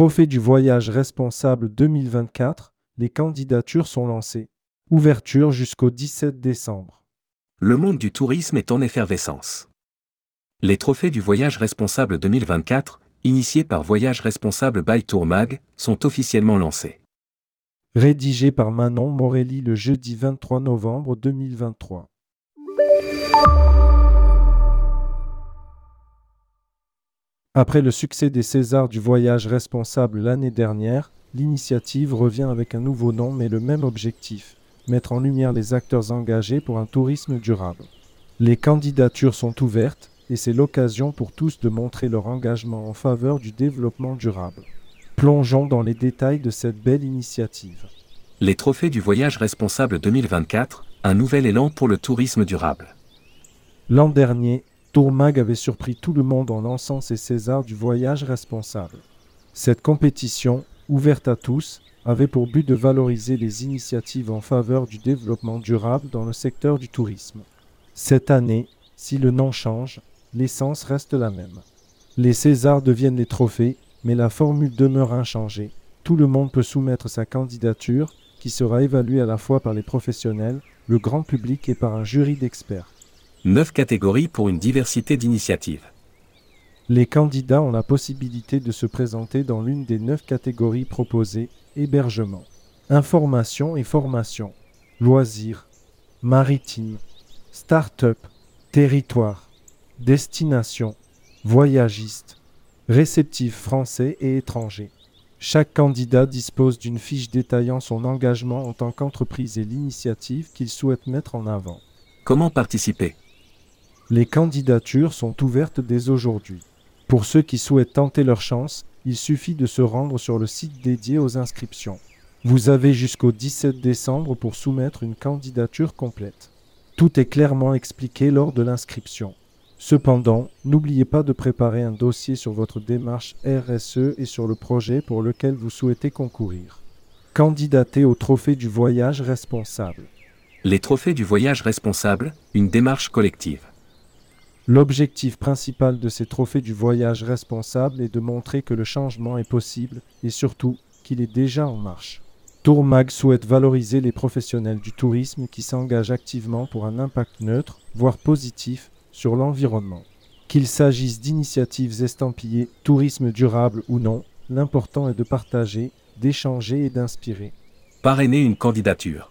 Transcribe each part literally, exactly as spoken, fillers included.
Trophée du voyage responsable deux mille vingt-quatre, les candidatures sont lancées. Ouverture jusqu'au dix-sept décembre. Le monde du tourisme est en effervescence. Les trophées du voyage responsable deux mille vingt-quatre, initiés par Voyage Responsable by Tourmag, sont officiellement lancés. Rédigé par Manon Morelli le jeudi vingt-trois novembre deux mille vingt-trois. Après le succès des Césars du voyage responsable l'année dernière, l'initiative revient avec un nouveau nom mais le même objectif, mettre en lumière les acteurs engagés pour un tourisme durable. Les candidatures sont ouvertes et c'est l'occasion pour tous de montrer leur engagement en faveur du développement durable. Plongeons dans les détails de cette belle initiative. Les trophées du voyage responsable deux mille vingt-quatre, un nouvel élan pour le tourisme durable. L'an dernier, Tourmag avait surpris tout le monde en lançant ses Césars du voyage responsable. Cette compétition, ouverte à tous, avait pour but de valoriser les initiatives en faveur du développement durable dans le secteur du tourisme. Cette année, si le nom change, l'essence reste la même. Les Césars deviennent les trophées, mais la formule demeure inchangée. Tout le monde peut soumettre sa candidature, qui sera évaluée à la fois par les professionnels, le grand public et par un jury d'experts. Neuf catégories pour une diversité d'initiatives. Les candidats ont la possibilité de se présenter dans l'une des neuf catégories proposées: hébergement, information et formation, loisirs, maritime, start-up, territoire, destination, voyagiste, réceptif français et étranger. Chaque candidat dispose d'une fiche détaillant son engagement en tant qu'entreprise et l'initiative qu'il souhaite mettre en avant. Comment participer ? Les candidatures sont ouvertes dès aujourd'hui. Pour ceux qui souhaitent tenter leur chance, il suffit de se rendre sur le site dédié aux inscriptions. Vous avez jusqu'au dix-sept décembre pour soumettre une candidature complète. Tout est clairement expliqué lors de l'inscription. Cependant, n'oubliez pas de préparer un dossier sur votre démarche R S E et sur le projet pour lequel vous souhaitez concourir. Candidater au trophée du voyage responsable. Les trophées du voyage responsable, une démarche collective. L'objectif principal de ces trophées du voyage responsable est de montrer que le changement est possible et surtout qu'il est déjà en marche. Tourmag souhaite valoriser les professionnels du tourisme qui s'engagent activement pour un impact neutre, voire positif, sur l'environnement. Qu'il s'agisse d'initiatives estampillées tourisme durable ou non, l'important est de partager, d'échanger et d'inspirer. Parrainer une candidature.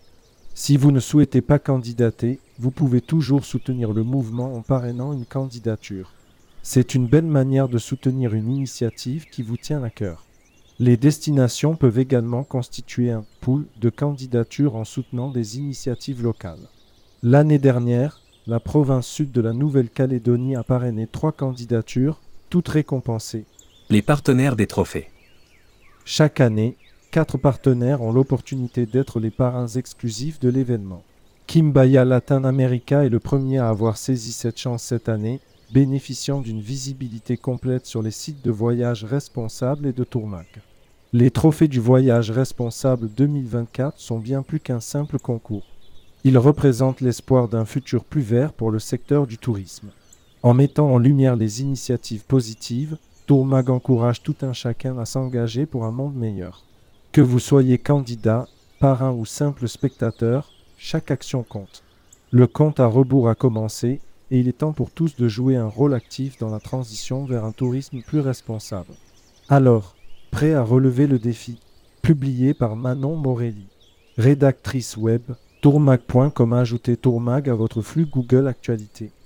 Si vous ne souhaitez pas candidater, vous pouvez toujours soutenir le mouvement en parrainant une candidature. C'est une belle manière de soutenir une initiative qui vous tient à cœur. Les destinations peuvent également constituer un pool de candidatures en soutenant des initiatives locales. L'année dernière, la province sud de la Nouvelle-Calédonie a parrainé trois candidatures, toutes récompensées. Les partenaires des trophées. Chaque année, quatre partenaires ont l'opportunité d'être les parrains exclusifs de l'événement. Kimbaya Latin America est le premier à avoir saisi cette chance cette année, bénéficiant d'une visibilité complète sur les sites de voyage responsables et de Tourmag. Les trophées du voyage responsable deux mille vingt-quatre sont bien plus qu'un simple concours. Ils représentent l'espoir d'un futur plus vert pour le secteur du tourisme. En mettant en lumière les initiatives positives, Tourmag encourage tout un chacun à s'engager pour un monde meilleur. Que vous soyez candidat, parrain ou simple spectateur, chaque action compte. Le compte à rebours a commencé et il est temps pour tous de jouer un rôle actif dans la transition vers un tourisme plus responsable. Alors, prêt à relever le défi? Publié par Manon Morelli. Rédactrice web, tourmag point com. Ajoutez Tourmag à votre flux Google Actualité.